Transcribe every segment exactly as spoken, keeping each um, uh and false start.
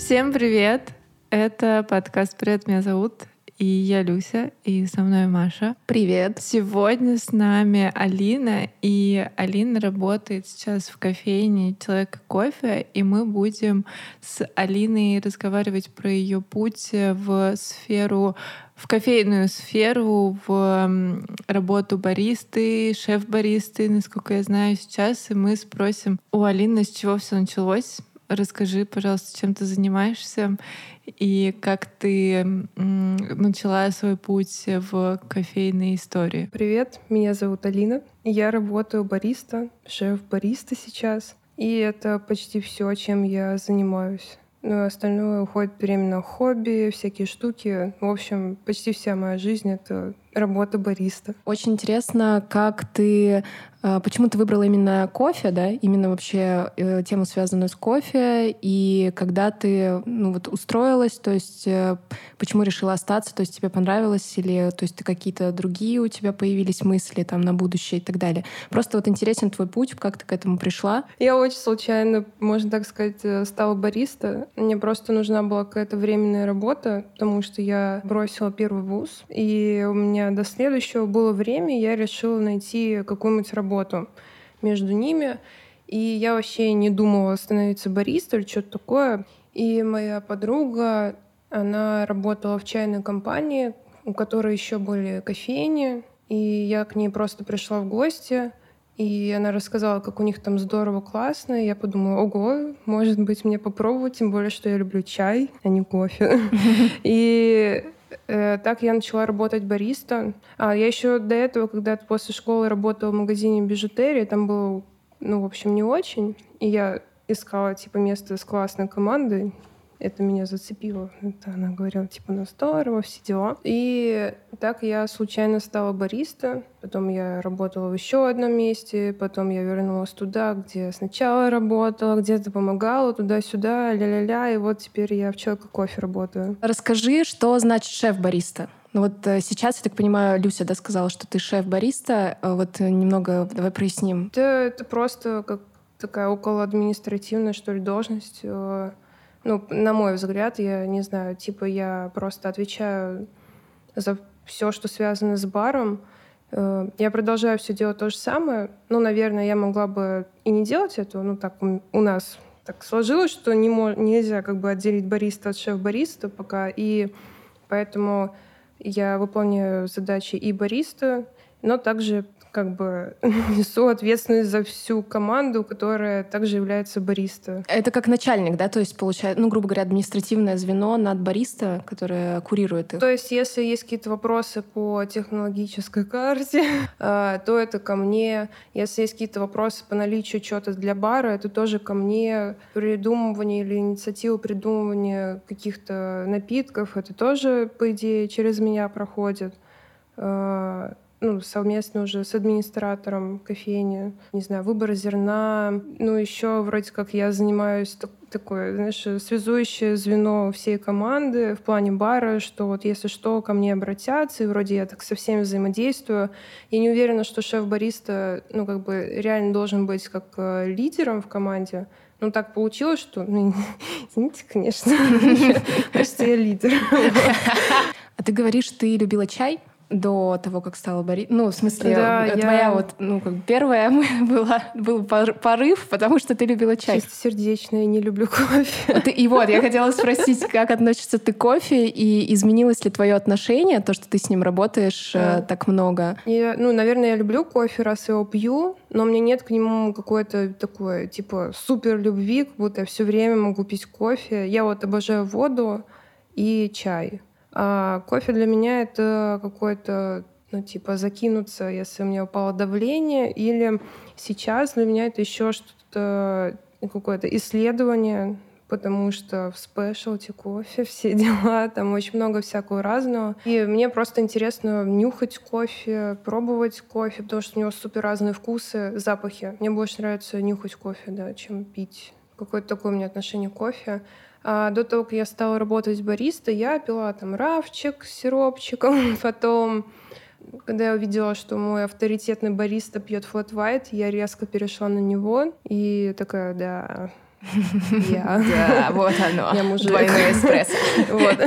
Всем привет! Это подкаст «Привет, меня зовут», и я Люся, и со мной Маша. Привет! Сегодня с нами Алина, и Алина работает сейчас в кофейне «Человек и кофе», и мы будем с Алиной разговаривать про ее путь в сферу, в кофейную сферу, в работу баристы, шеф-баристы, насколько я знаю сейчас, и мы спросим у Алины, с чего все началось. Расскажи, пожалуйста, чем ты занимаешься и как ты м, начала свой путь в кофейной истории. Привет, меня зовут Алина. Я работаю бариста, шеф-бариста сейчас. И это почти все, чем я занимаюсь. Ну, остальное уходит временно в хобби, всякие штуки. В общем, почти вся моя жизнь — это работа бариста. Очень интересно, как ты... Почему ты выбрала именно кофе, да? Именно вообще э, тему, связанную с кофе, и когда ты ну, вот устроилась, то есть э, почему решила остаться, то есть тебе понравилось, или то есть ты какие-то другие у тебя появились мысли там на будущее и так далее. Просто вот интересен твой путь, как ты к этому пришла. Я очень случайно, можно так сказать, стала бариста. Мне просто нужна была какая-то временная работа, потому что я бросила первый вуз, и у меня до следующего было время, я решила найти какую-нибудь работу между ними. И я вообще не думала становиться баристой или что-то такое. И моя подруга, она работала в чайной компании, у которой еще были кофейни. И я к ней просто пришла в гости, и она рассказала, как у них там здорово, классно. И я подумала, ого, может быть, мне попробовать, тем более, что я люблю чай, а не кофе. И так я начала работать бариста. А я еще до этого, когда-то после школы работала в магазине бижутерии, там было, ну, в общем, не очень. И я искала, типа, место с классной командой. Это меня зацепило. Это она говорила, типа, ну, здорово, все дела. И так я случайно стала бариста. Потом я работала в еще одном месте. Потом я вернулась туда, где сначала работала, где-то помогала, туда-сюда, ля-ля-ля. И вот теперь я в «Человек и кофе» работаю. Расскажи, что значит шеф-бариста? Ну вот сейчас, я так понимаю, Люся, да, сказала, что ты шеф-бариста. Вот немного давай проясним. Это, это просто как такая околоадминистративная, что ли, должность. Ну, на мой взгляд, я не знаю, типа я просто отвечаю за все, что связано с баром. Я продолжаю все делать то же самое. Ну, наверное, я могла бы и не делать этого. Ну, так у нас так сложилось, что не мож- нельзя как бы отделить бариста от шеф-бариста пока. И поэтому я выполняю задачи и бариста, но также как бы несу ответственность за всю команду, которая также является бариста. Это как начальник, да? То есть, получается, ну, грубо говоря, административное звено над бариста, которое курирует их. То есть, если есть какие-то вопросы по технологической карте, то это ко мне. Если есть какие-то вопросы по наличию чего-то для бара, это тоже ко мне. Придумывание или инициатива придумывания каких-то напитков, это тоже, по идее, через меня проходит. Ну, совместно уже с администратором кофейни, не знаю, выбор зерна. Ну, еще вроде как я занимаюсь так, такое, знаешь, связующее звено всей команды в плане бара, что вот если что, ко мне обратятся, и вроде я так со всеми взаимодействую. Я не уверена, что шеф-бариста, ну, как бы реально должен быть как э, лидером в команде. Ну, так получилось, что... Ну, извините, конечно, что я лидер. А ты говоришь, ты любила чай до того, как стала баристой? Ну, в смысле, да, твоя я... вот, ну, как первая была, был порыв, потому что ты любила чай. Чистосердечно, я не люблю кофе. Ты, и вот, я хотела спросить, как относишься ты к кофе, и изменилось ли твое отношение, то, что ты с ним работаешь да. так много? Я, ну, наверное, я люблю кофе, раз его пью, но у меня нет к нему какой-то такой, типа, супер любви, как будто я все время могу пить кофе. Я вот обожаю воду и чай. А кофе для меня — это какой-то, ну, типа, закинуться, если у меня упало давление, или сейчас для меня это еще что-то, какое-то исследование, потому что в спешлти кофе, все дела, там очень много всякого разного. И мне просто интересно нюхать кофе, пробовать кофе, потому что у него супер разные вкусы, запахи. Мне больше нравится нюхать кофе, да, чем пить. Какое-то такое у меня отношение к кофе. А до того, как я стала работать бариста, я пила там рафчик с сиропчиком. Потом, когда я увидела, что мой авторитетный бариста пьет флэт-вайт, я резко перешла на него. И такая, да, Да, вот оно. Я мужик. Двойной эспрессо. Вот.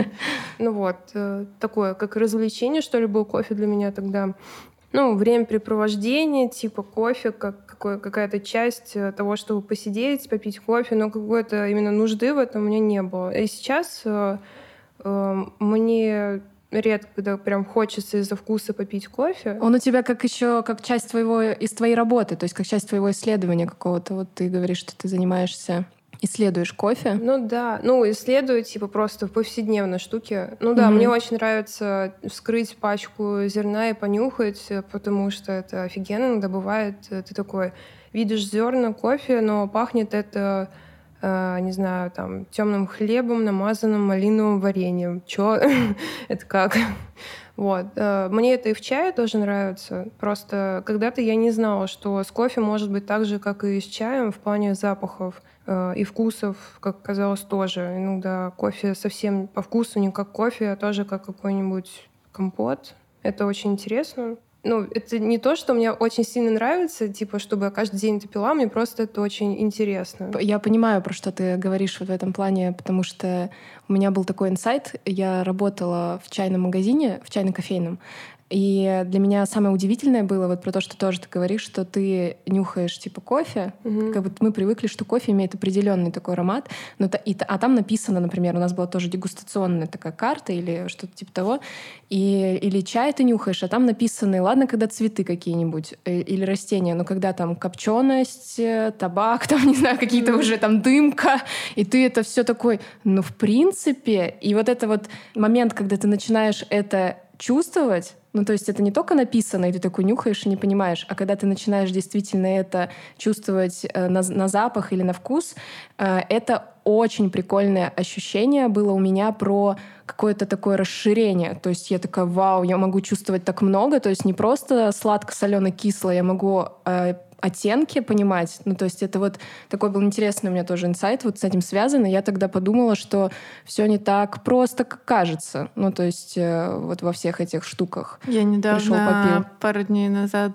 Ну вот, такое, как развлечение, что ли, был кофе для меня тогда. Ну, времяпрепровождение, типа кофе, как какой, какая-то часть того, чтобы посидеть, попить кофе, но какой-то именно нужды в этом у меня не было. И сейчас э, э, мне редко, когда прям хочется из-за вкуса попить кофе. Он у тебя как еще как часть твоего, из твоей работы, то есть как часть твоего исследования какого-то. Вот ты говоришь, что ты занимаешься, исследуешь кофе. Ну да, ну исследую типа просто в повседневной штуке. Ну да, mm-hmm. мне очень нравится вскрыть пачку зерна и понюхать, потому что это офигенно. Иногда бывает, ты такой видишь зерна кофе, но пахнет это, э, не знаю, там темным хлебом, намазанным малиновым вареньем. Чё? Это как? Вот. Мне это и в чае тоже нравится. Просто когда-то я не знала, что с кофе может быть так же, как и с чаем в плане запахов и вкусов, как казалось, тоже. Иногда кофе совсем по вкусу не как кофе, а тоже как какой-нибудь компот. Это очень интересно. Ну, это не то, что мне очень сильно нравится, типа, чтобы я каждый день это пила, мне просто это очень интересно. Я понимаю, про что ты говоришь вот в этом плане, потому что у меня был такой инсайт. Я работала в чайном магазине, в чайно-кофейном, и для меня самое удивительное было вот про то, что тоже ты говоришь, что ты нюхаешь типа кофе, mm-hmm. как бы мы привыкли, что кофе имеет определенный такой аромат, но та, и, а там написано, например, у нас была тоже дегустационная такая карта или что-то типа того, и, или чай ты нюхаешь, а там написаны, ладно, когда цветы какие-нибудь или растения, но когда там копченость, табак, там, не знаю, какие-то mm-hmm. уже там дымка, и ты это все такой, ну, в принципе, и вот это вот момент, когда ты начинаешь это чувствовать, ну, то есть это не только написано, и ты такой нюхаешь и не понимаешь, а когда ты начинаешь действительно это чувствовать э, на, на запах или на вкус, э, это очень прикольное ощущение было у меня про какое-то такое расширение. То есть я такая, вау, я могу чувствовать так много, то есть не просто сладко-солено-кисло, я могу э, оттенки понимать. Ну, то есть это вот такой был интересный у меня тоже инсайт вот с этим связан. И я тогда подумала, что все не так просто, как кажется. Ну, то есть э, вот во всех этих штуках. Я недавно, пару дней назад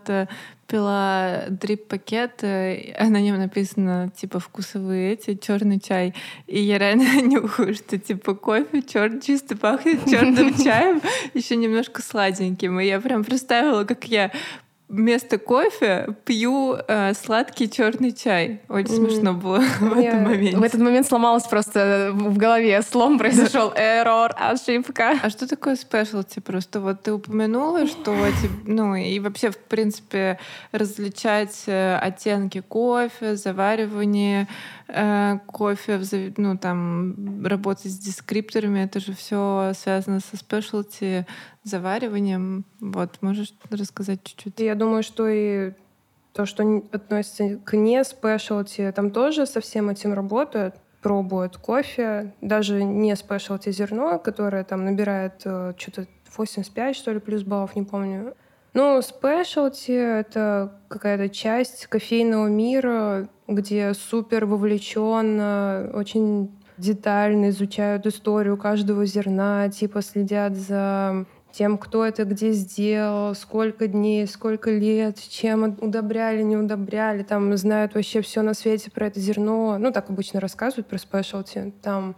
пила дрип-пакет, а на нем написано типа вкусовые эти, черный чай. И я реально нюхаю, что типа кофе черный, чисто пахнет черным чаем, еще немножко сладеньким. И я прям представила, как я вместо кофе пью э, сладкий черный чай. Очень mm. смешно было в этом моменте. В этот момент сломалось просто в голове. Слом произошел. Эррор, ошибка. А что такое спешлти? Просто вот ты упомянула, что ну и вообще, в принципе, различать оттенки кофе, заваривание э, кофе, ну там работать с дескрипторами, это же все связано со спешлти, завариванием. Вот, можешь рассказать чуть-чуть? Я думаю, что и то, что относится к не спешлти, там тоже со всем этим работают, пробуют кофе, даже не спешлти зерно, которое там набирает э, что-то восемьдесят пять, что ли, плюс баллов, не помню. Ну, спешлти — это какая-то часть кофейного мира, где супер вовлеченно, очень детально изучают историю каждого зерна, типа следят за тем, кто это где сделал, сколько дней, сколько лет, чем удобряли, не удобряли, там знают вообще все на свете про это зерно. Ну, так обычно рассказывают про спешлти. Там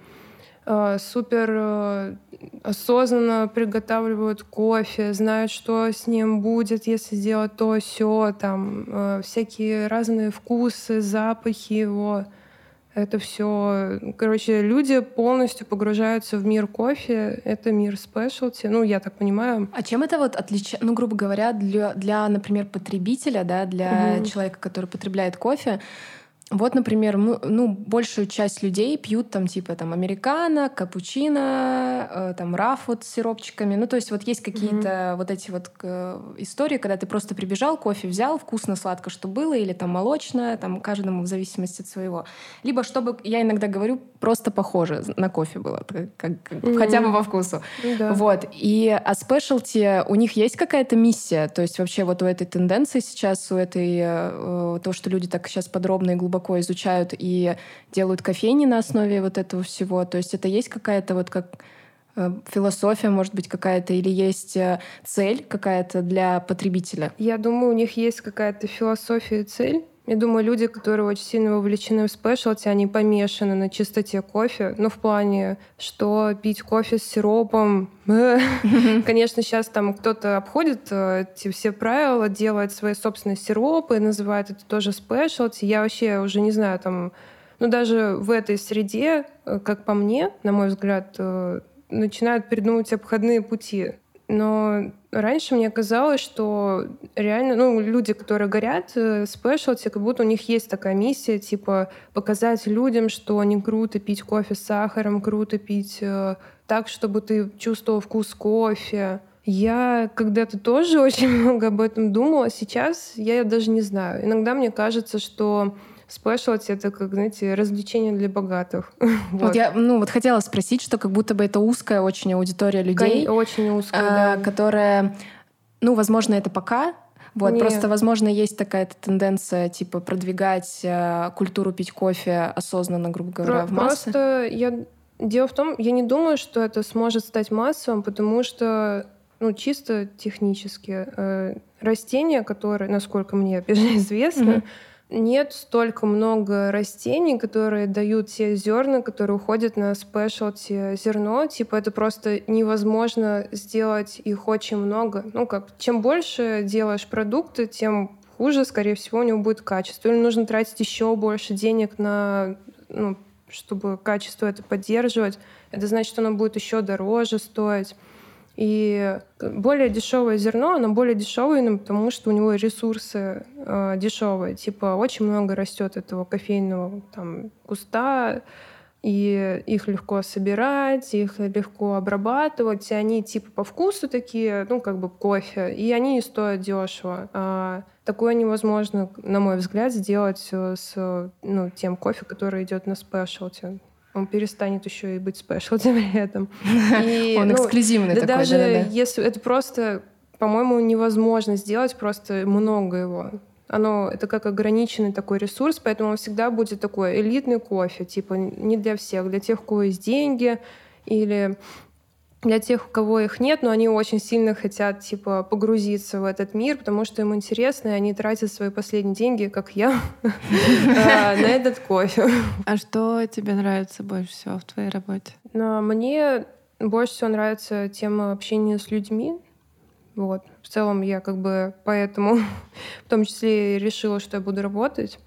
э, супер э, осознанно приготавливают кофе, знают, что с ним будет, если сделать то, сё, там э, всякие разные вкусы, запахи его. Это все, короче, люди полностью погружаются в мир кофе. Это мир спешлти, ну, я так понимаю. А чем это вот отличается, ну, грубо говоря, для, для например, потребителя, да, для угу. человека, который потребляет кофе? Вот, например, мы, ну, большую часть людей пьют там типа там американо, капучино, э, там раф вот с сиропчиками. Ну, то есть вот есть какие-то mm-hmm. вот эти вот э, истории, когда ты просто прибежал, кофе взял, вкусно, сладко, что было, или там молочное, там каждому в зависимости от своего. Либо чтобы, я иногда говорю, просто похоже на кофе было, как, как, mm-hmm. хотя бы во вкусу. Mm-hmm. Вот. И а спешлти, у них есть какая-то миссия? То есть вообще вот у этой тенденции сейчас, у этой, э, то, что люди так сейчас подробно и глубоко изучают и делают кофейни на основе вот этого всего. То есть это есть какая-то вот как э, философия, может быть, какая-то, или есть э, цель какая-то для потребителя? Я думаю, у них есть какая-то философия и цель. Я думаю, люди, которые очень сильно вовлечены в спешлти, они помешаны на чистоте кофе. Ну, в плане, что пить кофе с сиропом... Конечно, сейчас там кто-то обходит эти все правила, делает свои собственные сиропы, называет это тоже спешлти. Я вообще уже не знаю, там... Ну, даже в этой среде, как по мне, на мой взгляд, начинают придумывать обходные пути. Но раньше мне казалось, что реально, ну, люди, которые горят спешлти, как будто у них есть такая миссия, типа, показать людям, что не круто пить кофе с сахаром, круто пить э, так, чтобы ты чувствовал вкус кофе. Я когда-то тоже очень много об этом думала. Сейчас я даже не знаю. Иногда мне кажется, что спешлти — это, как, знаете, развлечение для богатых. Вот. Вот. Я ну, вот хотела спросить, что как будто бы это узкая очень аудитория людей. Кон- Очень узкая, а, да. Которая, ну, возможно, это пока. Вот, Нет. просто, возможно, есть такая тенденция, типа, продвигать э, культуру пить кофе осознанно, грубо говоря, Про- в массы. Просто я... Дело в том, я не думаю, что это сможет стать массовым, потому что, ну, чисто технически э, растения, которые, насколько мне опять же известно, Mm-hmm. нет столько много растений, которые дают те зерна, которые уходят на спешлти зерно. Типа это просто невозможно сделать их очень много. Ну как, чем больше делаешь продукты, тем хуже, скорее всего, у него будет качество. Или нужно тратить еще больше денег на, ну, чтобы качество это поддерживать. Это значит, что оно будет еще дороже стоить. И более дешевое зерно, оно более дешевое, именно потому что у него ресурсы э, дешевые. Типа очень много растет этого кофейного там, куста, и их легко собирать, их легко обрабатывать. И они типа по вкусу такие, ну как бы кофе, и они не стоят дешево. А такое невозможно, на мой взгляд, сделать с ну, тем кофе, который идет на спешлти. Он перестанет еще и быть спешлти при этом. И, Он ну, эксклюзивный да такой, даже да-да-да. если это просто, по-моему, невозможно сделать, просто много его. Оно, это как ограниченный такой ресурс, поэтому он всегда будет такой элитный кофе, типа не для всех, для тех, у кого есть деньги, или для тех, у кого их нет, но они очень сильно хотят типа погрузиться в этот мир, потому что им интересно, и они тратят свои последние деньги, как я, на этот кофе. А что тебе нравится больше всего в твоей работе? Мне больше всего нравится тема общения с людьми. Вот. В целом я как бы поэтому в том числе решила, что я буду работать.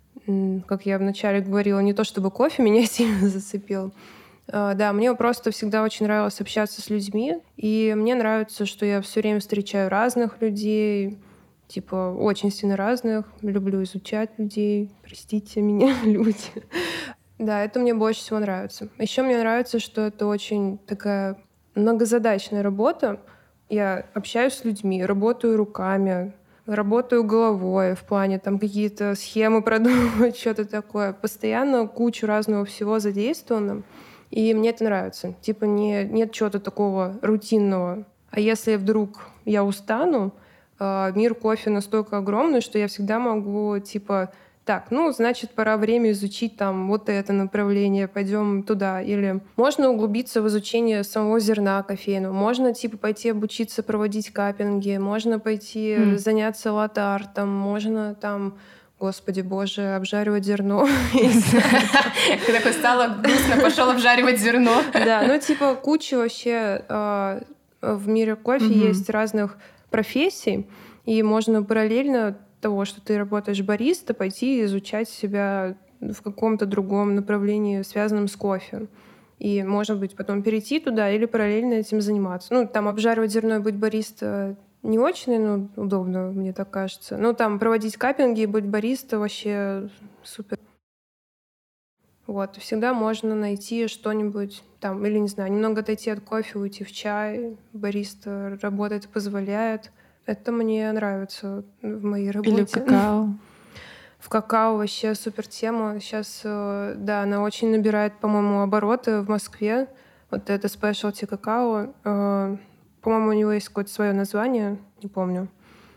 Как я вначале говорила, не то чтобы кофе меня сильно зацепил. Да, мне просто всегда очень нравилось общаться с людьми. И мне нравится, что я все время встречаю разных людей, типа очень сильно разных. Люблю изучать людей. Простите меня, люди. Да, это мне больше всего нравится. Еще мне нравится, что это очень такая многозадачная работа. Я общаюсь с людьми, работаю руками, работаю головой в плане там какие-то схемы продумывать, что-то такое. Постоянно кучу разного всего задействовано. И мне это нравится. Типа не, нет чего-то такого рутинного. А если вдруг я устану, мир кофе настолько огромный, что я всегда могу типа... Так, ну, значит, пора время изучить там вот это направление, пойдем туда. Или можно углубиться в изучение самого зерна кофейного, можно, типа, пойти обучиться проводить каппинги, можно пойти mm. заняться латте-артом, можно там, господи боже, обжаривать зерно. Ты такой стала грустно, пошел обжаривать зерно. Да, ну, типа, куча вообще в мире кофе есть разных профессий, и можно параллельно того, что ты работаешь бариста, пойти изучать себя в каком-то другом направлении, связанном с кофе. И, может быть, потом перейти туда или параллельно этим заниматься. Ну, там обжаривать зерно и быть бариста не очень, ну, удобно, мне так кажется. Ну, там проводить каппинги и быть бариста вообще супер. Вот, всегда можно найти что-нибудь там, или, не знаю, немного отойти от кофе, уйти в чай. Бариста работает, позволяет. Это мне нравится в моей работе. Или в какао. В какао вообще супер тема. Сейчас, да, она очень набирает, по-моему, обороты в Москве. Вот это спешлти какао. По-моему, у него есть какое-то свое название, не помню.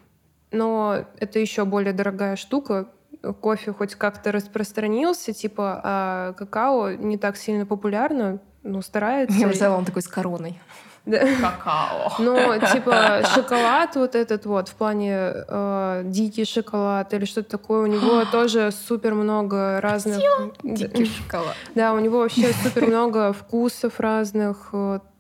Но это еще более дорогая штука. Кофе хоть как-то распространился, типа, а какао не так сильно популярно, но старается. Я взяла он такой с короной. Какао. Ну, типа, шоколад вот этот вот, в плане э, дикий шоколад или что-то такое, у него тоже супер много разных... Дикий шоколад. Да, у него вообще супер много вкусов разных.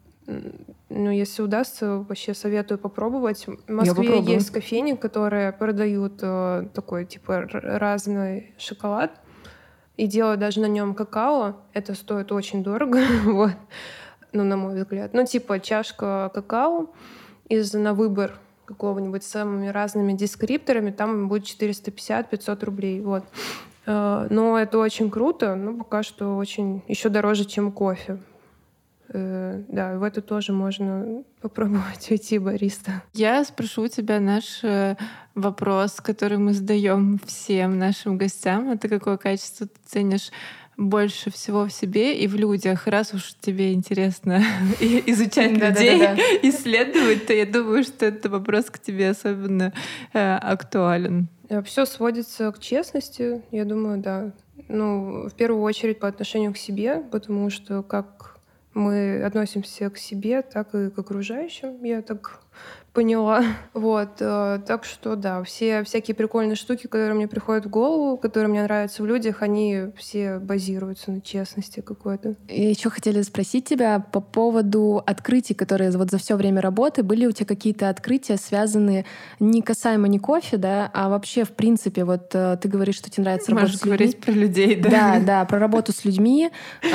Ну, если удастся, вообще советую попробовать. В Москве есть кофейни, которые продают э, такой, типа, разный шоколад и делают даже на нем какао. Это стоит очень дорого, вот, ну, на мой взгляд. Ну, типа, чашка какао из на выбор какого-нибудь с самыми разными дескрипторами, там будет четыреста пятьдесят - пятьсот рублей, вот. Э, но это очень круто, но пока что очень еще дороже, чем кофе. Да, в это тоже можно попробовать уйти бариста. Я спрошу у тебя наш вопрос, который мы задаем всем нашим гостям. Это какое качество ты ценишь больше всего в себе и в людях? Раз уж тебе интересно изучать людей, исследовать, то я думаю, что этот вопрос к тебе особенно актуален. Все сводится к честности, я думаю, да. Ну, в первую очередь по отношению к себе, потому что как мы относимся к себе, так и к окружающим, я так поняла. Вот, так что да, все всякие прикольные штуки, которые мне приходят в голову, которые мне нравятся в людях, они все базируются на честности какой-то. И еще хотели спросить тебя по поводу открытий, которые вот за все время работы были у тебя какие-то открытия, связанные не касаемо не кофе, да, а вообще в принципе вот ты говоришь, что тебе нравится работать с людьми. Можешь говорить про людей, да? Да, да, про работу с людьми.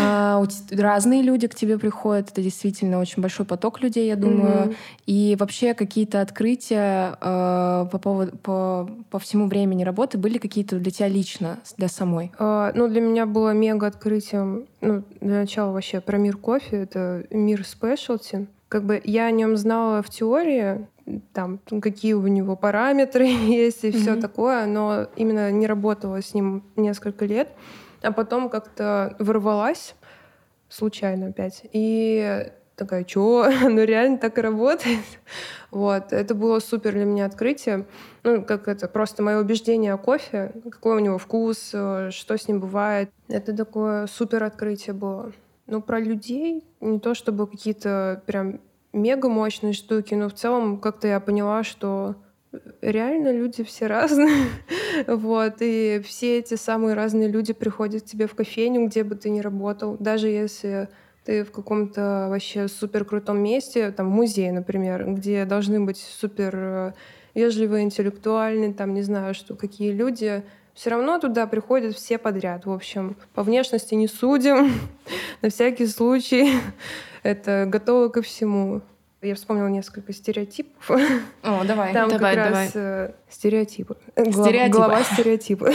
Разные люди к тебе приходят, это действительно очень большой поток людей, я думаю, mm-hmm. и вообще какие-то открытия э, по, поводу, по, по всему времени работы были какие-то для тебя лично, для самой? Uh, ну, для меня было мега открытием, ну, для начала вообще про мир кофе, это мир спешлти. Как бы я о нем знала в теории, там, какие у него параметры есть и mm-hmm. все такое, но именно не работала с ним несколько лет, а потом как-то ворвалась случайно опять. И такая, чё? Ну реально так и работает? Вот. Это было супер для меня открытие. Ну, как это, просто мое убеждение о кофе, какой у него вкус, что с ним бывает. Это такое супер открытие было. Ну, про людей, не то чтобы какие-то прям мега мощные штуки, но в целом как-то я поняла, что реально люди все разные. Вот. И все эти самые разные люди приходят к тебе в кофейню, где бы ты ни работал. Даже если ты в каком-то вообще супер крутом месте, там, в музее, например, где должны быть супер вежливые, интеллектуальные, там, не знаю, что, какие люди, все равно туда приходят все подряд. В общем, по внешности не судим, на всякий случай. Это готово ко всему. Я вспомнила несколько стереотипов. О, давай. Там давай, как давай. раз э, стереотипы. Стереотипы. Глава стереотипа.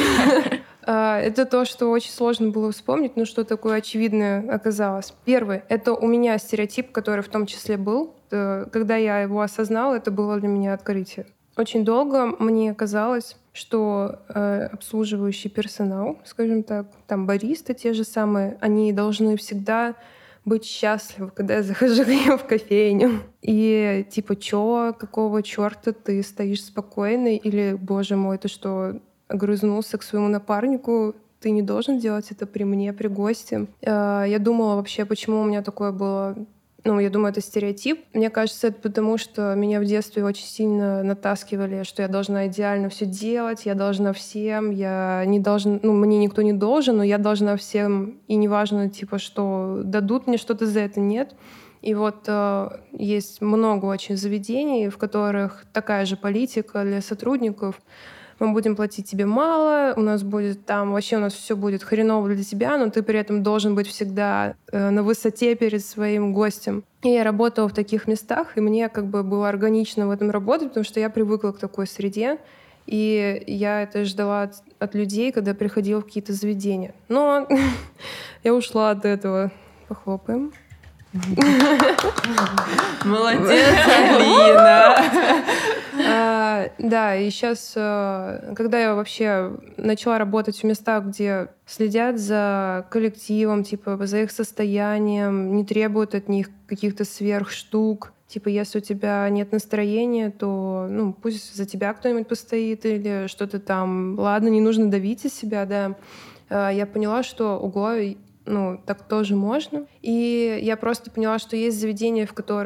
Это то, что очень сложно было вспомнить, но что такое очевидное оказалось. Первый — это у меня стереотип, который в том числе был. Когда я его осознала, это было для меня открытие. Очень долго мне казалось, что э, обслуживающий персонал, скажем так, там баристы те же самые, они должны всегда быть счастливы, когда я захожу к ним в кофейню. И типа, чё, какого чёрта ты стоишь спокойно? Или, боже мой, ты что, огрызнулся к своему напарнику? Ты не должен делать это при мне, при госте. Э, я думала вообще, почему у меня такое было. Ну, я думаю, это стереотип. Мне кажется, это потому, что меня в детстве очень сильно натаскивали, что я должна идеально все делать, я должна всем, я не должна, ну, мне никто не должен, но я должна всем, и неважно, типа, что дадут мне что-то за это, нет. И вот э, есть много очень заведений, в которых такая же политика для сотрудников. Мы будем платить тебе мало, у нас будет там, вообще у нас все будет хреново для тебя, но ты при этом должен быть всегда э, на высоте перед своим гостем. И я работала в таких местах, и мне как бы было органично в этом работать, потому что я привыкла к такой среде, и я это ждала от, от людей, когда приходила в какие-то заведения. Но я ушла от этого. Похлопаем. Молодец, Алина! А, да, и сейчас, когда я вообще начала работать в местах, где следят за коллективом, типа за их состоянием, не требуют от них каких-то сверхштук, типа если у тебя нет настроения, то ну пусть за тебя кто-нибудь постоит или что-то там. Ладно, не нужно давить из себя, да. А, я поняла, что ого, ну, так тоже можно. И я просто поняла, что есть заведения, в которых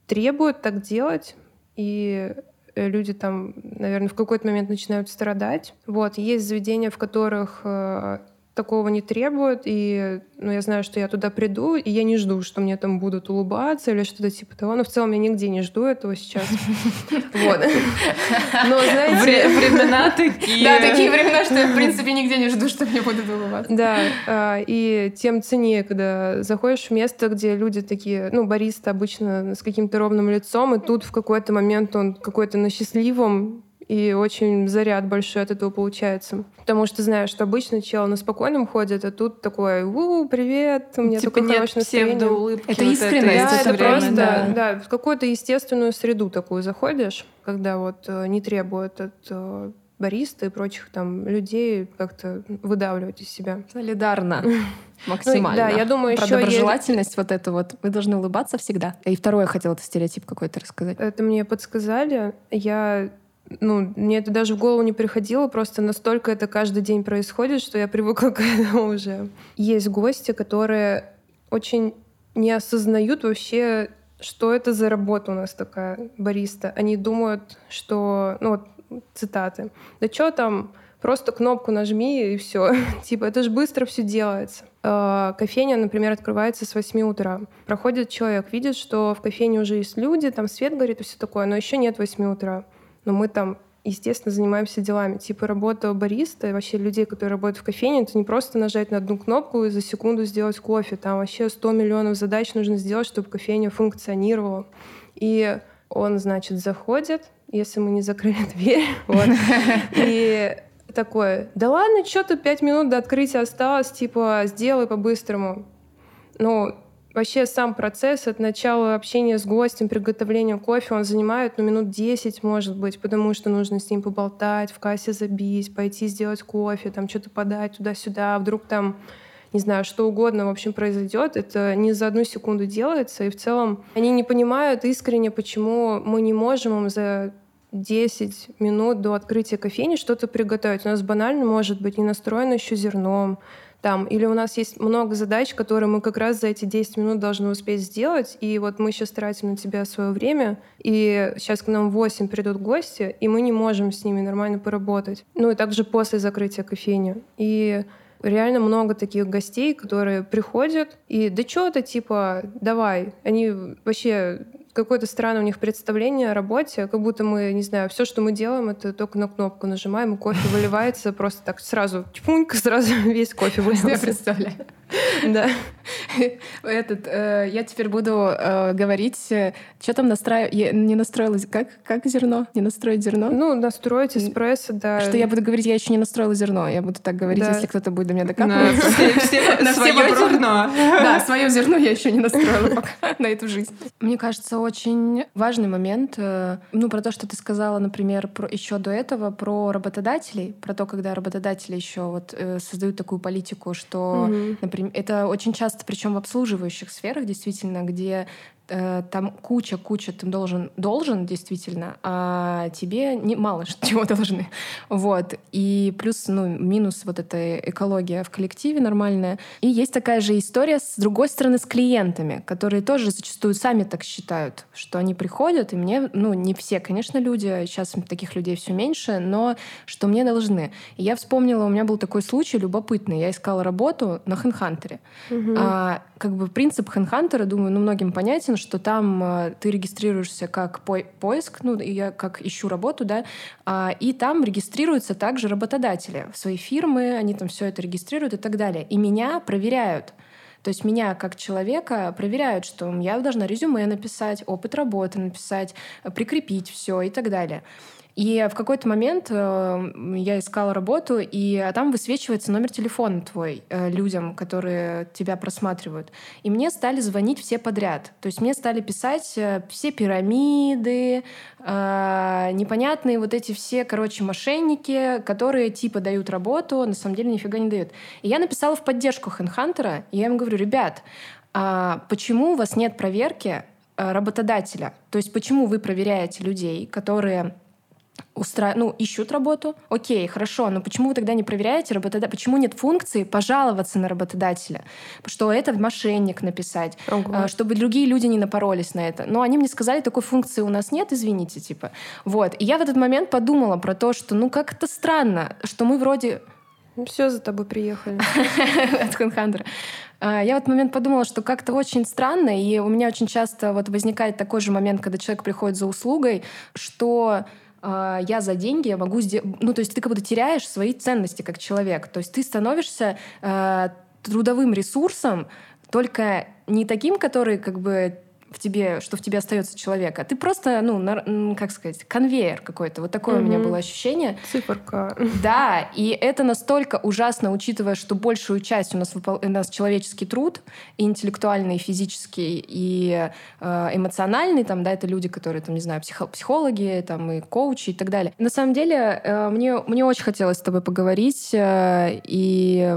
требуют так делать, и люди там, наверное, в какой-то момент начинают страдать. Вот. Есть заведения, в которых э, такого не требуют, и ну, я знаю, что я туда приду, и я не жду, что мне там будут улыбаться или что-то типа того. Но в целом я нигде не жду этого сейчас. Вот. Но, знаете... Времена такие. Да, такие времена, что я, в принципе, нигде не жду, что мне будут улыбаться. Да, и тем ценнее, когда заходишь в место, где люди такие, ну, бариста обычно с каким-то ровным лицом, и тут в какой-то момент он какой-то на счастливом, и очень заряд большой от этого получается. Потому что знаешь, что обычно чел на спокойном ходит, а тут такой: «У, привет, у меня типа такое хорошее настроение». Улыбки, это искренность. Да, это время, просто, да. да, в какую-то естественную среду такую заходишь, когда вот э, не требуют от э, бариста и прочих там людей как-то выдавливать из себя. Солидарно. Максимально. Ну, да, я думаю, про еще доброжелательность есть... вот это вот. Вы должны улыбаться всегда. И второе, я хотела этот стереотип какой-то рассказать. Это мне подсказали. Я... Ну, мне это даже в голову не приходило, просто настолько это каждый день происходит, что я привыкла к этому уже. Есть гости, которые очень не осознают вообще, что это за работа у нас такая, бариста. Они думают, что... Ну, вот цитаты. «Да что там, просто кнопку нажми, и все. Типа, это же быстро все делается». Кофейня, например, открывается с восьми утра. Проходит человек, видит, что в кофейне уже есть люди, там свет горит и все такое, но еще нет восьми утра. Но мы там, естественно, занимаемся делами. Типа работа бариста и вообще людей, которые работают в кофейне, это не просто нажать на одну кнопку и за секунду сделать кофе. Там вообще сто миллионов задач нужно сделать, чтобы кофейня функционировала. И он, значит, заходит, если мы не закрыли дверь, вот, и такое: «Да ладно, что-то пять минут до открытия осталось, типа, сделай по-быстрому». Ну, вообще сам процесс от начала общения с гостем, приготовления кофе, он занимает, ну, минут десять, может быть, потому что нужно с ним поболтать, в кассе забить, пойти сделать кофе, там что-то подать туда-сюда, вдруг там, не знаю, что угодно, в общем, произойдет. Это не за одну секунду делается, и в целом они не понимают искренне, почему мы не можем им за десять минут до открытия кофейни что-то приготовить. У нас банально, может быть, не настроено еще зерном, там, или у нас есть много задач, которые мы как раз за эти десять минут должны успеть сделать, и вот мы сейчас тратим на тебя свое время, и сейчас к нам в восемь придут гости, и мы не можем с ними нормально поработать. Ну и также после закрытия кофейни. И реально много таких гостей, которые приходят, и да что это, типа, давай. Они вообще... Какое-то странное у них представление о работе, как будто мы, не знаю, все, что мы делаем, это только на кнопку нажимаем, и кофе выливается просто так сразу, чпунька, сразу весь кофе вылился. Я представляю. Да. Этот, э, я теперь буду э, говорить, что там настраивать. Я не настроила... Как, как зерно? Не настроить зерно? Ну, настроить эспрессо, да. Что я буду говорить, я еще не настроила зерно. Я буду так говорить, да. если кто-то будет до меня докапываться. На свое зерно. Да, свое зерно я еще не настроила пока на эту жизнь. Мне кажется, очень важный момент, ну, про то, что ты сказала, например, про, еще до этого, про работодателей, про то, когда работодатели еще вот э, создают такую политику, что, mm-hmm. например, это очень часто, причем в обслуживающих сферах, действительно, где э, там куча-куча ты должен, должен действительно, а тебе не, мало чего должны. Вот. И плюс, ну, минус вот эта экология в коллективе нормальная. И есть такая же история, с другой стороны, с клиентами, которые тоже зачастую сами так считают, что они приходят, и мне, ну, не все, конечно, люди, сейчас таких людей все меньше, но что мне должны. И я вспомнила, у меня был такой случай любопытный. Я искала работу на HeadHunter. Угу. А, как бы принцип HeadHunter, думаю, ну, многим понятен, что там а, ты регистрируешься как по- поиск, ну, и я как ищу работу, да, а, и там регистрируются также работодатели. Свои фирмы, они там все это регистрируют и так далее. И меня проверяют. То есть меня как человека проверяют, что я должна резюме написать, опыт работы написать, прикрепить все и так далее. И в какой-то момент э, я искала работу, и а там высвечивается номер телефона твой э, людям, которые тебя просматривают. И мне стали звонить все подряд. То есть мне стали писать э, все пирамиды, э, непонятные вот эти все, короче, мошенники, которые типа дают работу, а на самом деле нифига не дают. И я написала в поддержку HeadHunter, и я им говорю: ребят, а почему у вас нет проверки работодателя? То есть почему вы проверяете людей, которые устра... ну, ищут работу. Окей, хорошо, но почему вы тогда не проверяете работодателя? Почему нет функции пожаловаться на работодателя? Что это мошенник написать, Ого. чтобы другие люди не напоролись на это. Но они мне сказали, такой функции у нас нет, извините, типа. Вот. И я в этот момент подумала про то, что ну как это странно, что мы вроде... Ну, все за тобой приехали. От Хантера. Я в этот момент подумала, что как-то очень странно, и у меня очень часто вот возникает такой же момент, когда человек приходит за услугой, что я за деньги я могу сделать... Ну, то есть ты как будто теряешь свои ценности как человек. То есть ты становишься э, трудовым ресурсом, только не таким, который как бы в тебе, что в тебе остается человек, а ты просто, ну, на, как сказать, конвейер какой-то. Вот такое mm-hmm. у меня было ощущение. Циферка. Да, и это настолько ужасно, учитывая, что большую часть у нас, выпол... у нас человеческий труд, и интеллектуальный, и физический, и э, эмоциональный, там, да, это люди, которые, там, не знаю, психо... психологи, там, и коучи, и так далее. На самом деле, э, мне, мне очень хотелось с тобой поговорить, э, и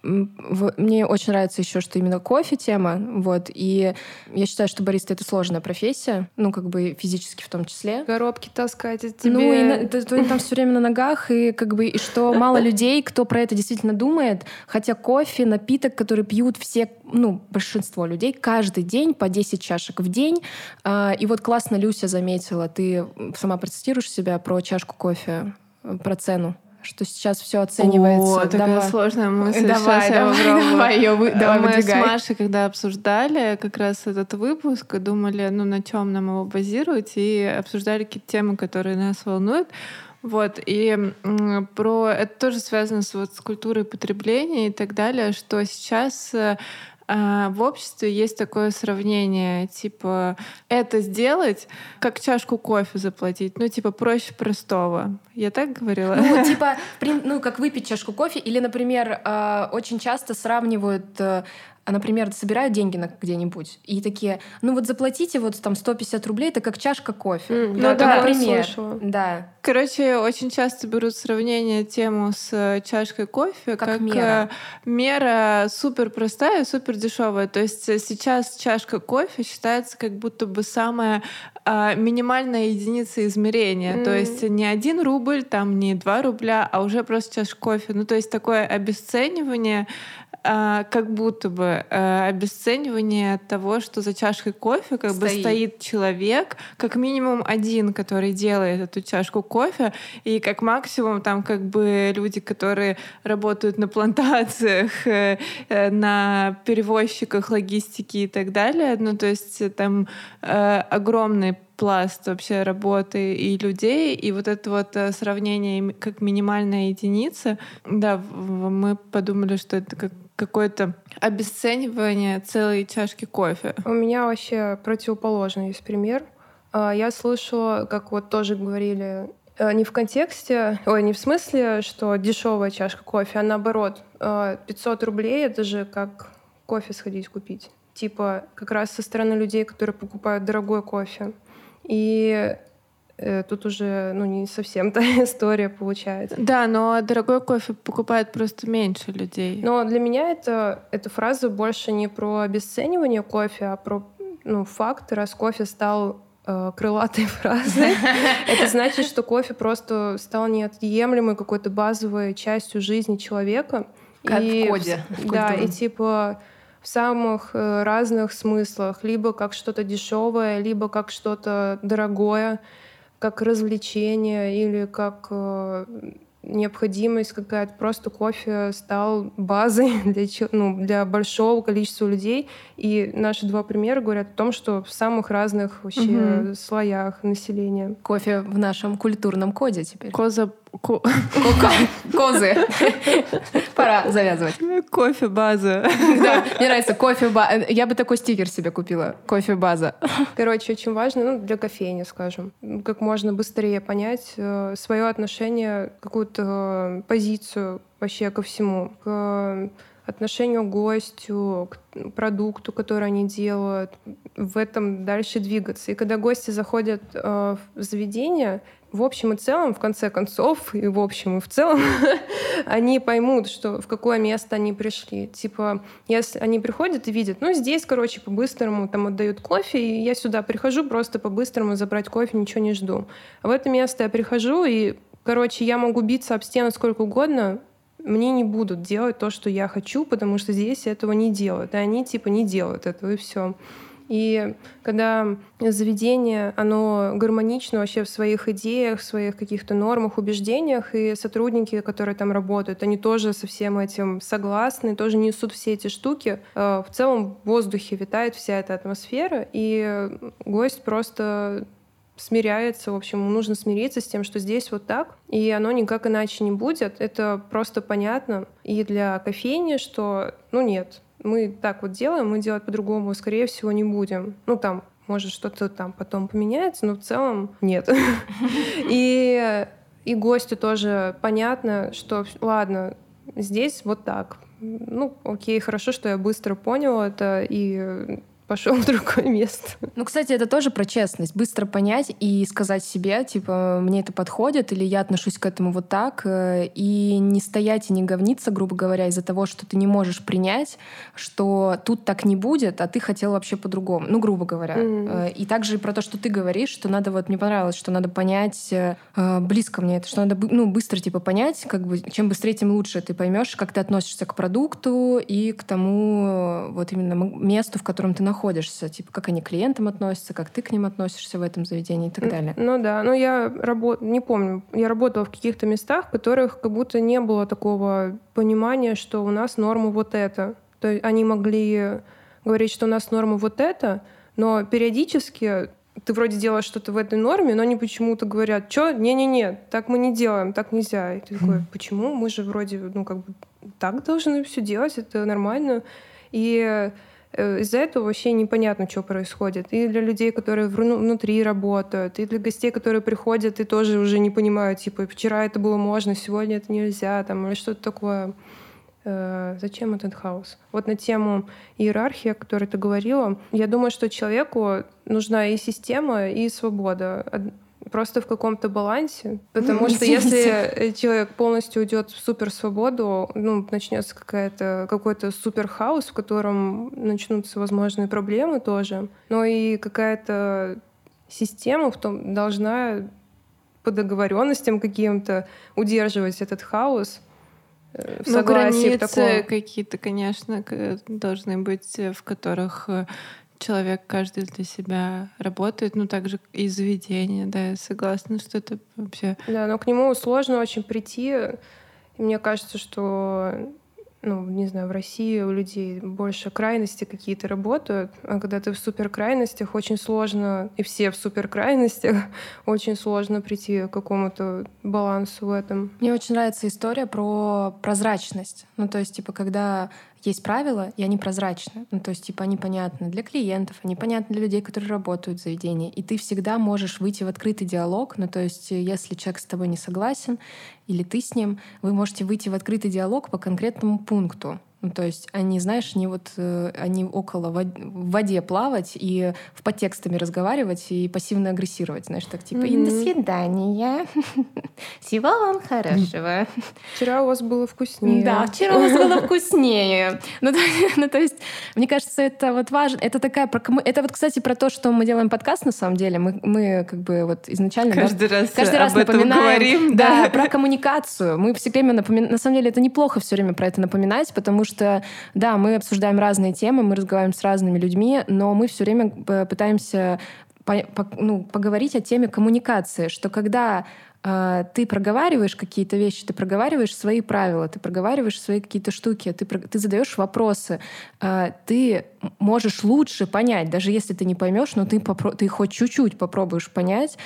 мне очень нравится еще, что именно кофе тема, вот, и я считаю, что бариста — это сложная профессия, ну, как бы физически в том числе. Коробки таскать от тебе. Ну, и на, ты, ты там все время на ногах, и как бы, и что мало людей, кто про это действительно думает, хотя кофе — напиток, который пьют все, ну, большинство людей каждый день по десять чашек в день, и вот классно Люся заметила, ты сама процитируешь себя про чашку кофе, про цену? Что сейчас все оценивается. О, такая давай. сложная мысль. Давай, Сейчас давай, я попробую. давай, ее вы, давай, Мы выдвигай. с Машей, когда обсуждали как раз этот выпуск, и думали, ну, на чем нам его базировать, и обсуждали какие-то темы, которые нас волнуют. Вот, и м, про это тоже связано с, вот, с культурой потребления и так далее, что сейчас в обществе есть такое сравнение, типа, это сделать, как чашку кофе заплатить. Ну, типа, проще простого. Я так говорила? Ну, типа, ну, как выпить чашку кофе. Или, например, очень часто сравнивают... Например, собирают деньги на где-нибудь и такие, ну вот заплатите вот там сто пятьдесят рублей, это как чашка кофе. Mm, да, ну да, например. слышала. Да. Короче, очень часто берут сравнение тему с чашкой кофе как, как мера. Мера супер простая, супер дешевая. То есть сейчас чашка кофе считается как будто бы самая а, минимальная единица измерения. Mm. То есть не один рубль, там не два рубля, а уже просто чашка кофе. Ну то есть такое обесценивание, как будто бы обесценивание того, что за чашкой кофе как стоит. бы стоит человек, как минимум один, который делает эту чашку кофе, и как максимум там как бы люди, которые работают на плантациях, на перевозчиках, логистике и так далее. Ну, то есть там огромный пласт вообще работы и людей, и вот это вот сравнение как минимальная единица, да, мы подумали, что это как какое-то обесценивание целой чашки кофе. У меня вообще противоположный есть пример. Я слышала, как вот тоже говорили, не в контексте, ой, не в смысле, что дешевая чашка кофе, а наоборот, пятьсот рублей — это же как кофе сходить купить. Типа как раз со стороны людей, которые покупают дорогой кофе. И э, тут уже ну, не совсем та история получается. Да, но дорогой кофе покупает просто меньше людей. Но для меня это, эта фраза больше не про обесценивание кофе, а про ну, факт, раз кофе стал э, крылатой фразой. Это значит, что кофе просто стал неотъемлемой какой-то базовой частью жизни человека. Как в коде. Да, и типа... в самых разных смыслах. Либо как что-то дешевое, либо как что-то дорогое, как развлечение или как э, необходимость какая-то. Просто кофе стал базой для, ну, для большого количества людей. И наши два примера говорят о том, что в самых разных вообще угу. слоях населения. Кофе в нашем культурном коде теперь. Коза... Ко... Козы. Пора завязывать. Кофе-база. Да, мне нравится кофе-база. Я бы такой стикер себе купила. Кофе-база. Короче, очень важно, ну, для кофейни, скажем, как можно быстрее понять э, свое отношение, какую-то э, позицию вообще ко всему. К отношению к гостю, к продукту, который они делают, в этом дальше двигаться. И когда гости заходят э, в заведение, в общем и целом, в конце концов, и в общем и в целом, они поймут, что в какое место они пришли. Типа, если они приходят и видят, ну, здесь, короче, по-быстрому там отдают кофе, и я сюда прихожу просто по-быстрому забрать кофе, ничего не жду. А в это место я прихожу, и, короче, я могу биться об стену сколько угодно, мне не будут делать то, что я хочу, потому что здесь этого не делают. И они, типа, не делают этого, и все. И когда заведение, оно гармонично вообще в своих идеях, в своих каких-то нормах, убеждениях, и сотрудники, которые там работают, они тоже со всем этим согласны, тоже несут все эти штуки. В целом в воздухе витает вся эта атмосфера, и гость просто смиряется, в общем, ему нужно смириться с тем, что здесь вот так, и оно никак иначе не будет. Это просто понятно. И для кофейни, что, ну нет, мы так вот делаем, мы делать по-другому, скорее всего, не будем. Ну, там, может, что-то там потом поменяется, но в целом нет. И, и гостю тоже понятно, что, ладно, здесь вот так. Ну, окей, хорошо, что я быстро понял это и пошел в другое место. Ну, кстати, это тоже про честность. Быстро понять и сказать себе, типа, мне это подходит, или я отношусь к этому вот так, и не стоять и не говниться, грубо говоря, из-за того, что ты не можешь принять, что тут так не будет, а ты хотел вообще по-другому. Ну, грубо говоря. Mm-hmm. И также про то, что ты говоришь, что надо, вот мне понравилось, что надо понять, близко мне это, что надо, ну, быстро, типа, понять, как бы, чем быстрее, тем лучше ты поймешь, как ты относишься к продукту и к тому вот именно месту, в котором ты находишься. находишься, типа, как они к клиентам относятся, как ты к ним относишься в этом заведении и так далее. Ну да, но я работ... не помню, я работала в каких-то местах, в которых как будто не было такого понимания, что у нас норма вот это. То есть они могли говорить, что у нас норма вот это, но периодически ты вроде делаешь что-то в этой норме, но они почему-то говорят, что, не-не-не, так мы не делаем, так нельзя. И ты такой, почему? Мы же вроде, ну, как бы так должны все делать, это нормально. И из-за этого вообще непонятно, что происходит. И для людей, которые внутри работают, и для гостей, которые приходят и тоже уже не понимают, типа, вчера это было можно, сегодня это нельзя, там, или что-то такое. Э, зачем этот хаос? Вот на тему иерархии, о которой ты говорила, я думаю, что человеку нужна и система, и свобода. Просто в каком-то балансе. Потому что если человек полностью уйдет в суперсвободу, ну, начнется какая-то, какой-то суперхаос, в котором начнутся возможные проблемы тоже. Но и какая-то система в том должна по договоренностям каким-то удерживать этот хаос. В ну, границы какие-то, конечно, должны быть, в которых человек каждый для себя работает, ну, так же и заведение, да, я согласна, что это вообще... Да, но к нему сложно очень прийти. И мне кажется, что, ну, не знаю, в России у людей больше крайности какие-то работают, а когда ты в суперкрайностях, очень сложно, и все в суперкрайностях, очень сложно прийти к какому-то балансу в этом. Мне очень нравится история про прозрачность. Ну, то есть, типа, когда есть правила, и они прозрачны. Ну, то есть, типа, они понятны для клиентов, они понятны для людей, которые работают в заведении. И ты всегда можешь выйти в открытый диалог. Ну, то есть, если человек с тобой не согласен, или ты с ним, вы можете выйти в открытый диалог по конкретному пункту. Ну, то есть они, знаешь, не вот э, они около вод... в воде плавать и в подтекстами разговаривать и пассивно агрессировать, знаешь, так типа mm-hmm. «До свидания, всего вам хорошего». Вчера у вас было вкуснее. Да, вчера у вас было вкуснее. Ну, то, ну, то есть, мне кажется, это вот важно. Это такая... Это вот, кстати, про то, что мы делаем подкаст, на самом деле. Мы, мы как бы вот изначально... Каждый да, раз каждый раз об этом напоминаем, говорим. Да, да, про коммуникацию. Мы все время напоминаем... На самом деле, это неплохо все время про это напоминать, потому что что, да, мы обсуждаем разные темы, мы разговариваем с разными людьми, но мы все время пытаемся по, по, ну, поговорить о теме коммуникации, что когда э, ты проговариваешь какие-то вещи, ты проговариваешь свои правила, ты проговариваешь свои какие-то штуки, ты, ты задаешь вопросы, э, ты можешь лучше понять, даже если ты не поймешь, но ты, попро- ты хоть чуть-чуть попробуешь понять,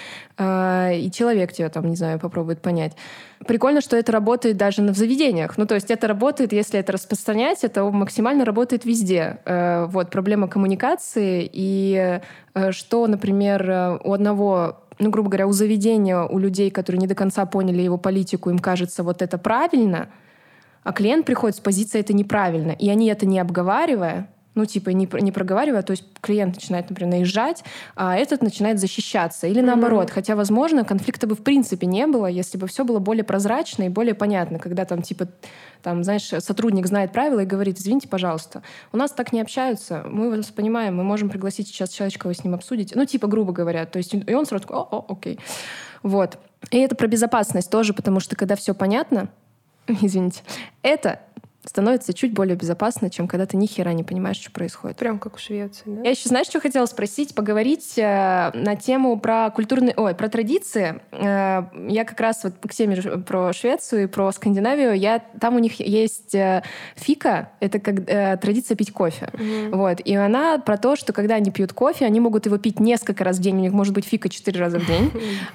э, и человек тебя там, не знаю, попробует понять. Прикольно, что это работает даже в заведениях. Ну, то есть это работает, если это распространять, это максимально работает везде. Э, вот, проблема коммуникации и э, что, например, у одного, ну, грубо говоря, у заведения, у людей, которые не до конца поняли его политику, им кажется, вот это правильно, А клиент приходит с позиции «это неправильно». И они это не обговаривая, ну, типа, не, не проговаривая, то есть клиент начинает, например, наезжать, а этот начинает защищаться. Или наоборот. Mm-hmm. Хотя, возможно, конфликта бы в принципе не было, если бы все было более прозрачно и более понятно. Когда там, типа, там, знаешь, сотрудник знает правила и говорит: извините, пожалуйста, у нас так не общаются, мы вас понимаем, мы можем пригласить сейчас человечка, вы с ним обсудите. Ну, типа, грубо говоря. То есть, и он сразу такой: о, о, окей. Вот. И это про безопасность тоже, потому что когда все понятно, извините, это становится чуть более безопасно, чем когда ты ни хера не понимаешь, что происходит. Прям как в Швеции, да? Я еще, знаешь, что хотела спросить? Поговорить э, на тему про культурные... Ой, про традиции. Э, я как раз вот к теме про Швецию и про Скандинавию. Я... Там у них есть э, фика. Это как э, традиция пить кофе. Mm-hmm. Вот. И она про то, что когда они пьют кофе, они могут его пить несколько раз в день. У них может быть фика четыре раза в день.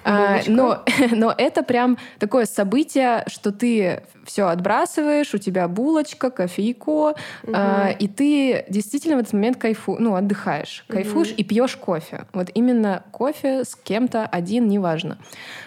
Но это прям такое событие, что ты все отбрасываешь, у тебя булочка, кофейко, uh-huh. и ты действительно в этот момент кайфу, ну, отдыхаешь, кайфуешь uh-huh. и пьешь кофе. Вот именно кофе с кем-то один, неважно.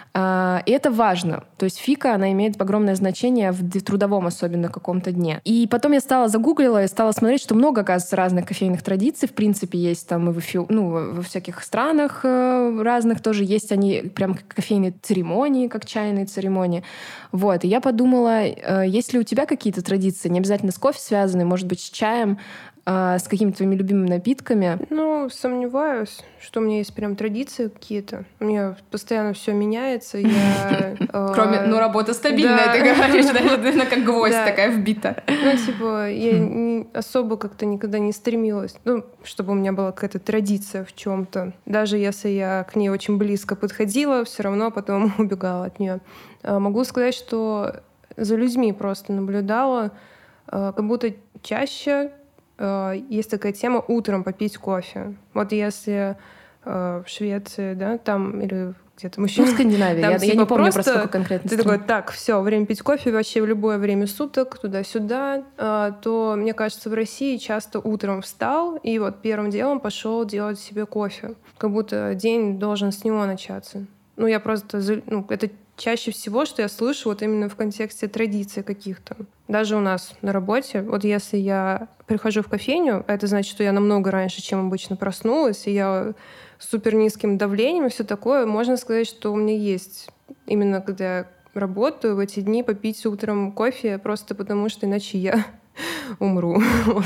И это важно. То есть фика, она имеет огромное значение в трудовом особенно каком-то дне. И потом я стала загуглила и стала смотреть, что много, оказывается, разных кофейных традиций. В принципе, есть там и в эфи... ну, во всяких странах разных тоже есть они прям кофейные церемонии, как чайные церемонии. Вот. И я подумала, есть ли у тебя какие-то традиции, не обязательно с кофе связанные, может быть, с чаем, с какими-то твоими любимыми напитками? Ну, сомневаюсь, что у меня есть прям традиции какие-то. У меня постоянно все меняется. Я, Кроме, ну, работа стабильная, ты говоришь, да? Она как гвоздь такая вбита. Ну, типа, я особо как-то никогда не стремилась, ну, чтобы у меня была какая-то традиция в чем-то. Даже если я к ней очень близко подходила, все равно потом убегала от нее. Могу сказать, что за людьми просто наблюдала, как будто чаще есть такая тема утром попить кофе. Вот если э, в Швеции, да, там или где-то мужчина... Ну, в Скандинавии, там, я, типа, я не помню просто, просто сколько конкретно. Ты такой: так, все, время пить кофе вообще в любое время суток, туда-сюда, э, то, мне кажется, в России часто утром встал и вот первым делом пошел делать себе кофе. Как будто день должен с него начаться. Ну, я просто... Ну, это чаще всего, что я слышу вот именно в контексте традиций каких-то. Даже у нас на работе, вот если я прихожу в кофейню, это значит, что я намного раньше, чем обычно проснулась, и я с супер низким давлением и все такое. Можно сказать, что у меня есть именно когда я работаю в эти дни попить утром кофе, просто потому что иначе я умру.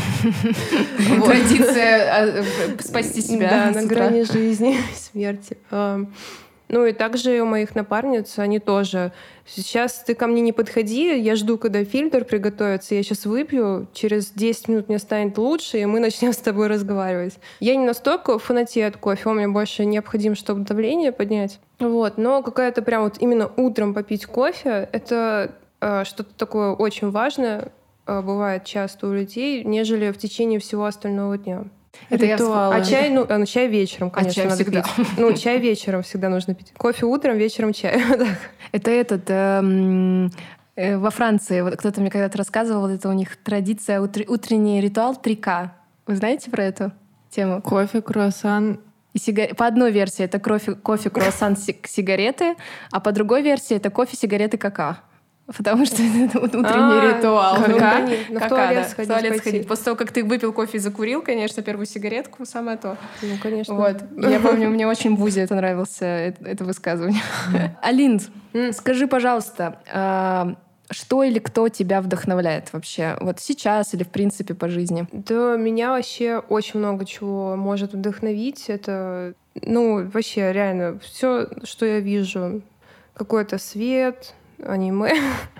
Традиция спасти себя. Да, на грани жизни и смерти. Ну и также у моих напарниц, они тоже: сейчас ты ко мне не подходи, я жду, когда фильтр приготовится, я сейчас выпью, через десять минут мне станет лучше, и мы начнем с тобой разговаривать. Я не настолько фанатею от кофе, он мне больше необходим, чтобы давление поднять. Вот. Но какая-то прям вот именно утром попить кофе, это э, что-то такое очень важное, э, бывает часто у людей, нежели в течение всего остального дня. Это ритуалы. А чай, ну, а, чай вечером, конечно, а чай надо всегда. пить. Ну, чай вечером всегда нужно пить. Кофе утром, вечером чай. Это этот... Эм... Во Франции, вот кто-то мне когда-то рассказывал, вот это у них традиция, утр... утренний ритуал три К. Вы знаете про эту тему? Кофе, круассан. И сигар... По одной версии это кофе, кофе круассан, сигареты, а по другой версии это кофе, сигареты, какао. Потому что это утренний ритуал. Кака? В туалет сходить. После того, как ты выпил кофе и закурил, конечно, первую сигаретку, самое то. Ну, конечно. Вот. Я помню, мне очень в вузе это нравилось, это высказывание. Алин, скажи, пожалуйста, что или кто тебя вдохновляет вообще? Вот сейчас или, в принципе, по жизни? Да, меня вообще очень много чего может вдохновить. Это, ну, вообще, реально, все, что я вижу. Какой-то свет, аниме,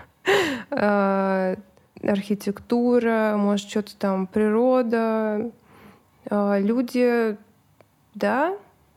архитектура, может, что-то там, природа, люди, да,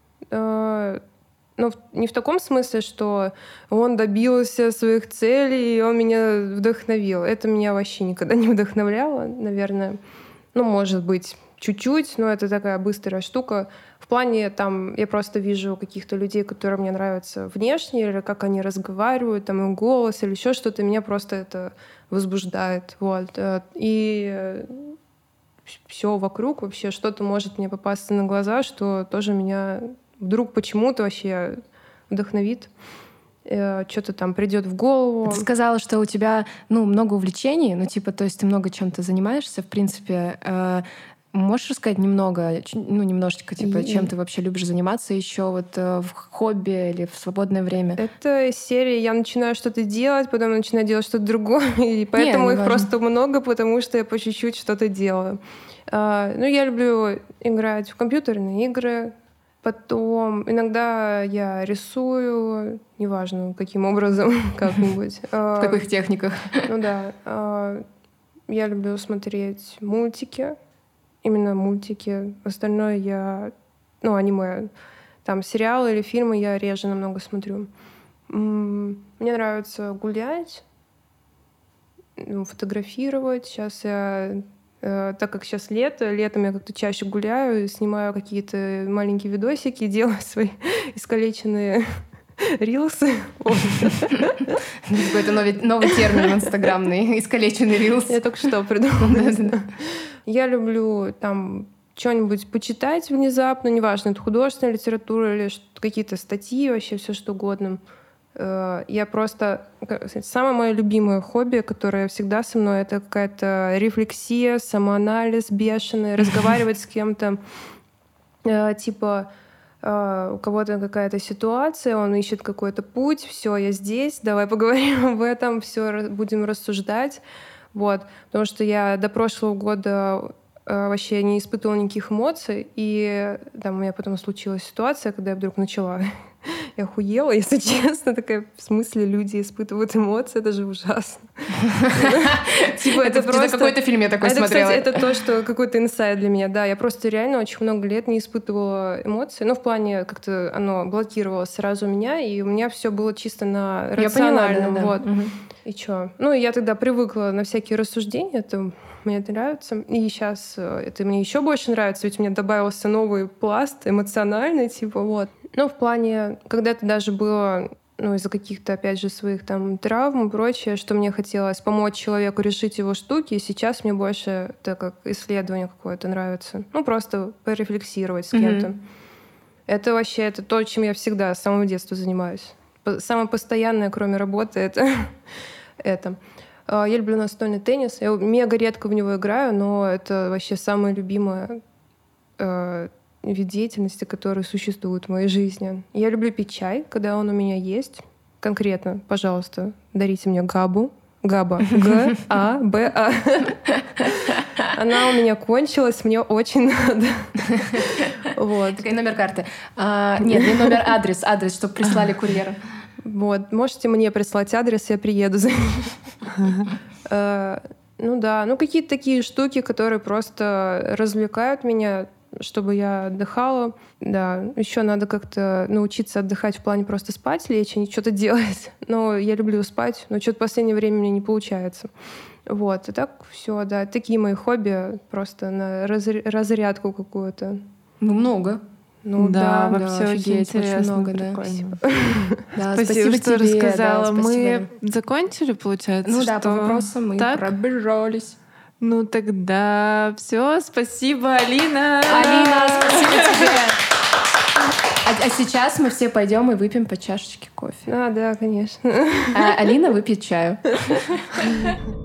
но не в таком смысле, что он добился своих целей, и он меня вдохновил. Это меня вообще никогда не вдохновляло, наверное. Ну, может быть, чуть-чуть, но это такая быстрая штука. В плане, там, я просто вижу каких-то людей, которые мне нравятся внешне, или как они разговаривают, там, их голос, или еще что-то, меня просто это возбуждает. Вот. И все вокруг вообще, что-то может мне попасться на глаза, что тоже меня вдруг почему-то вообще вдохновит. э, что-то там придет в голову. Ты сказала, что у тебя, ну, много увлечений, ну, типа, то есть ты много чем-то занимаешься, в принципе. Э, можешь рассказать немного, ну, немножечко, типа, И- чем ты вообще любишь заниматься еще вот э, в хобби или в свободное время? Это из серии я начинаю что-то делать, потом начинаю делать что-то другое, и поэтому Не, их неважно. просто много, потому что я по чуть-чуть что-то делаю. А, ну, я люблю играть в компьютерные игры, потом иногда я рисую, неважно каким образом, как-нибудь. В каких техниках? Ну да. А, я люблю смотреть мультики, именно мультики. Остальное я... Ну, аниме. Там сериалы или фильмы я реже намного смотрю. М, Мне нравится гулять, ну, фотографировать. Сейчас я... э, Так как сейчас лето, летом я как-то чаще гуляю, снимаю какие-то маленькие видосики, делаю свои искалеченные рилсы. Вот. Какой-то новый, новый термин инстаграмный, искалеченный рилс. Я только что придумала. Да-да-да. Я люблю там что-нибудь почитать внезапно, неважно, это художественная литература или что- какие-то статьи, вообще все что угодно. Э, Я просто... как сказать, самое мое любимое хобби, которое всегда со мной, это какая-то рефлексия, самоанализ бешеный, разговаривать с кем-то. Э, Типа э, у кого-то какая-то ситуация, он ищет какой-то путь, все, я здесь, давай поговорим об этом, все будем рассуждать. Вот. Потому что я до прошлого года э, вообще не испытывала никаких эмоций, и там у меня потом случилась ситуация, когда я вдруг начала. Я охуела, если честно, такая, в смысле люди испытывают эмоции, это же ужасно. Типа, это просто... какой-то фильм я такой Это, смотрела. кстати, это то, что какой-то инсайт для меня, да. Я просто реально очень много лет не испытывала эмоций. Ну, в плане, как-то оно блокировалось сразу у меня, и у меня все было чисто на Я поняла, рациональном. да-да. Вот. Мгм. И чё? Ну, я тогда привыкла на всякие рассуждения, это мне это нравится. И сейчас это мне еще больше нравится, ведь у меня добавился новый пласт эмоциональный, типа, вот. Ну, в плане, когда-то даже было, ну, из-за каких-то, опять же, своих там травм и прочее, что мне хотелось помочь человеку решить его штуки, и сейчас мне больше это как исследование какое-то нравится. Ну, просто порефлексировать с кем-то. Мгм. Это вообще, это то, чем я всегда с самого детства занимаюсь. По- Самое постоянное, кроме работы, это это. А, Я люблю настольный теннис. Я мега редко в него играю, но это вообще самое любимое э, вид деятельности, который существует в моей жизни. Я люблю пить чай, когда он у меня есть. Конкретно, пожалуйста, дарите мне габу. Габа. Г А Б А. Она у меня кончилась, мне очень надо. Вот. Такой номер карты. А, нет, не номер, адрес, адрес, чтобы прислали курьера. Вот, можете мне прислать адрес, я приеду за ним. Э, Ну да, ну какие-то такие штуки, которые просто развлекают меня, чтобы я отдыхала. Да, еще надо как-то научиться отдыхать в плане просто спать, лечь и не что-то делать. Но я люблю спать, но что-то в последнее время мне не получается. Вот, и так все, да, такие мои хобби, просто на разря- разрядку какую-то. Ну, много. Ну да, да, вообще да, очень офигеть, очень интересно, много, да. прикольно. Да, Спасибо, что тебе, да, рассказала. спасибо. Мы закончили, получается? Ну да, что... по вопросам мы так? пробежались. Ну тогда все, спасибо, Алина. Алина, спасибо тебе. А, а сейчас мы все пойдем и выпьем по чашечке кофе. А, да, конечно. А Алина выпьет чаю.